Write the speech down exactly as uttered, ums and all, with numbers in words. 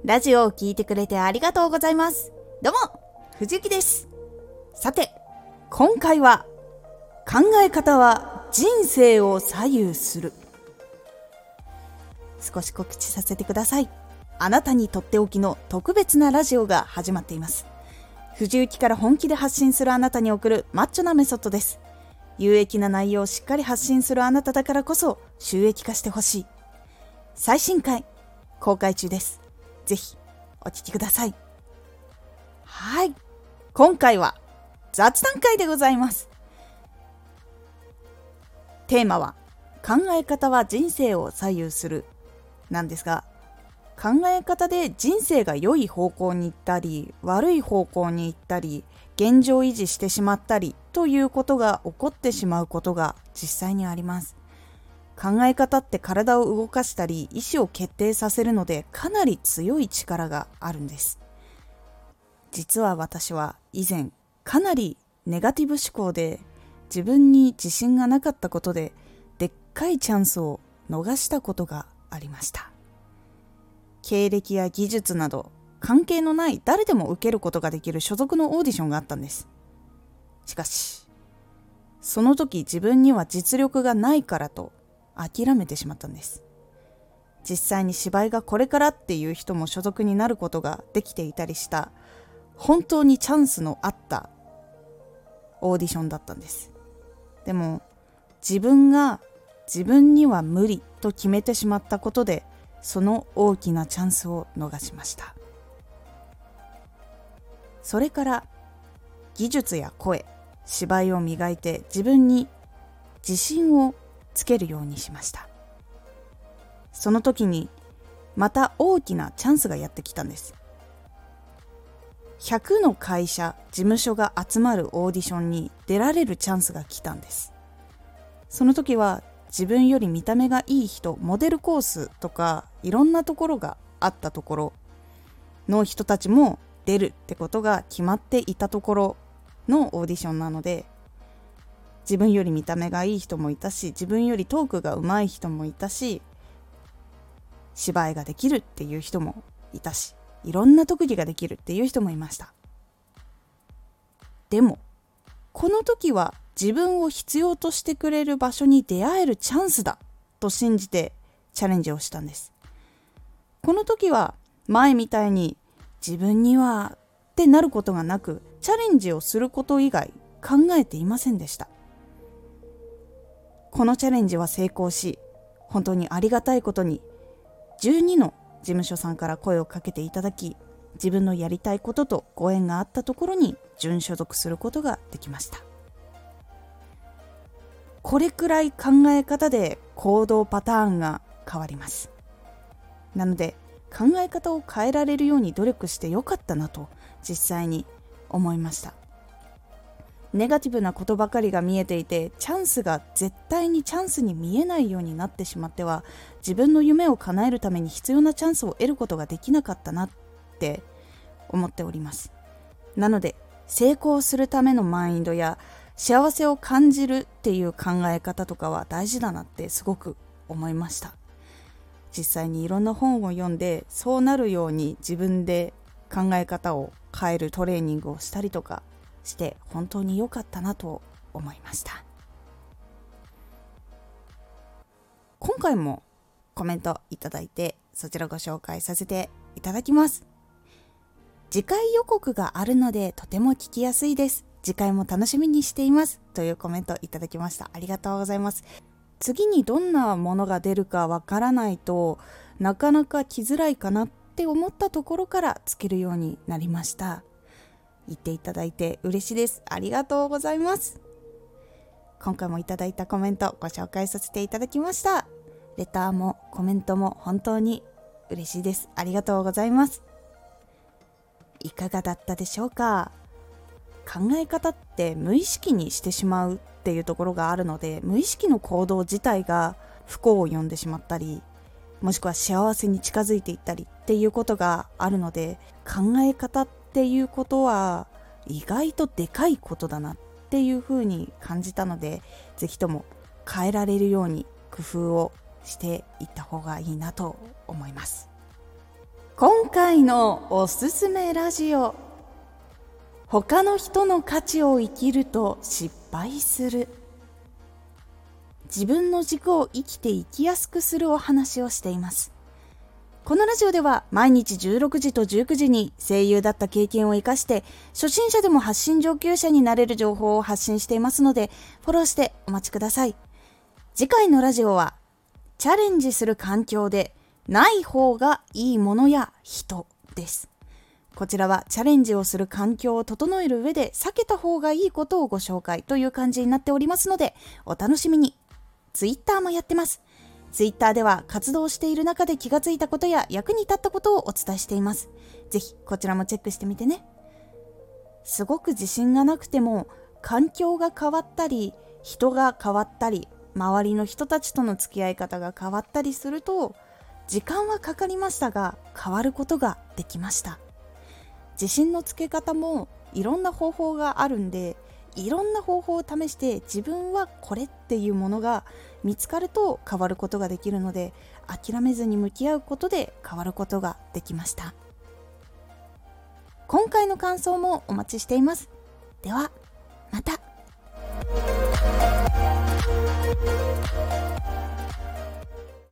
ラジオを聞いてくれてありがとうございます。どうも、藤幸です。さて、今回は考え方は人生を左右する。少し告知させてください。あなたにとっておきの特別なラジオが始まっています。藤幸から本気で発信するあなたに送るマッチョなメソッドです。有益な内容をしっかり発信するあなただからこそ収益化してほしい。最新回公開中です。ぜひお聞きください。はい、今回は雑談会でございます。テーマは考え方は人生を左右するなんですが、考え方で人生が良い方向に行ったり悪い方向に行ったり現状維持してしまったりということが起こってしまうことが実際にあります。考え方って体を動かしたり意思を決定させるのでかなり強い力があるんです。実は私は以前かなりネガティブ思考で自分に自信がなかったことででっかいチャンスを逃したことがありました。経歴や技術など関係のない誰でも受けることができる所属のオーディションがあったんです。しかしその時自分には実力がないからと諦めてしまったんです。実際に芝居がこれからっていう人も所属になることができていたりした本当にチャンスのあったオーディションだったんです。でも自分が自分には無理と決めてしまったことでその大きなチャンスを逃しました。それから技術や声、芝居を磨いて自分に自信をつけるようにしました。その時にまた大きなチャンスがやってきたんです。ひゃくの会社、事務所が集まるオーディションに出られるチャンスが来たんです。その時は自分より見た目がいい人、モデルコースとかいろんなところがあったところの人たちも出るってことが決まっていたところのオーディションなので、自分より見た目がいい人もいたし、自分よりトークが上手い人もいたし、芝居ができるっていう人もいたし、いろんな特技ができるっていう人もいました。でもこの時は自分を必要としてくれる場所に出会えるチャンスだと信じてチャレンジをしたんです。この時は前みたいに自分にはってなることがなく、チャレンジをすること以外考えていませんでした。このチャレンジは成功し、本当にありがたいことにじゅうにの事務所さんから声をかけていただき、自分のやりたいこととご縁があったところに準所属することができました。これくらい考え方で行動パターンが変わります。なので考え方を変えられるように努力してよかったなと実際に思いました。ネガティブなことばかりが見えていて、チャンスが絶対にチャンスに見えないようになってしまっては、自分の夢を叶えるために必要なチャンスを得ることができなかったなって思っております。なので成功するためのマインドや幸せを感じるっていう考え方とかは大事だなってすごく思いました。実際にいろんな本を読んで、そうなるように自分で考え方を変えるトレーニングをしたりとかして本当に良かったなと思いました。今回もコメントいただいて、そちらご紹介させていただきます。次回予告があるのでとても聞きやすいです。次回も楽しみにしていますというコメントいただきました。ありがとうございます。次にどんなものが出るかわからないとなかなか来づらいかなって思ったところからつけるようになりました。言っていただいて嬉しいです。ありがとうございます。今回もいただいたコメントご紹介させていただきました。レターもコメントも本当に嬉しいです。ありがとうございます。いかがだったでしょうか。考え方って無意識にしてしまうっていうところがあるので、無意識の行動自体が不幸を呼んでしまったり、もしくは幸せに近づいていったりっていうことがあるので、考え方っていうことは意外とでかいことだなっていうふうに感じたので、ぜひとも変えられるように工夫をしていった方がいいなと思います。 今回のおすすめラジオ、他の人の価値を生きると失敗する。自分の軸を生きて生きやすくするお話をしています。このラジオでは毎日じゅうろくじとじゅうくじに声優だった経験を生かして初心者でも発信上級者になれる情報を発信していますので、フォローしてお待ちください。次回のラジオはチャレンジする環境でない方がいいものや人です。こちらはチャレンジをする環境を整える上で避けた方がいいことをご紹介という感じになっておりますので、お楽しみに。ツイッターもやってます。ツイッターでは活動している中で気がついたことや役に立ったことをお伝えしています。ぜひこちらもチェックしてみてね。すごく自信がなくても環境が変わったり人が変わったり周りの人たちとの付き合い方が変わったりすると、時間はかかりましたが変わることができました。自信のつけ方もいろんな方法があるんで、いろんな方法を試して自分はこれっていうものが見つかると変わることができるので、諦めずに向き合うことで変わることができました。今回の感想もお待ちしています。ではまた。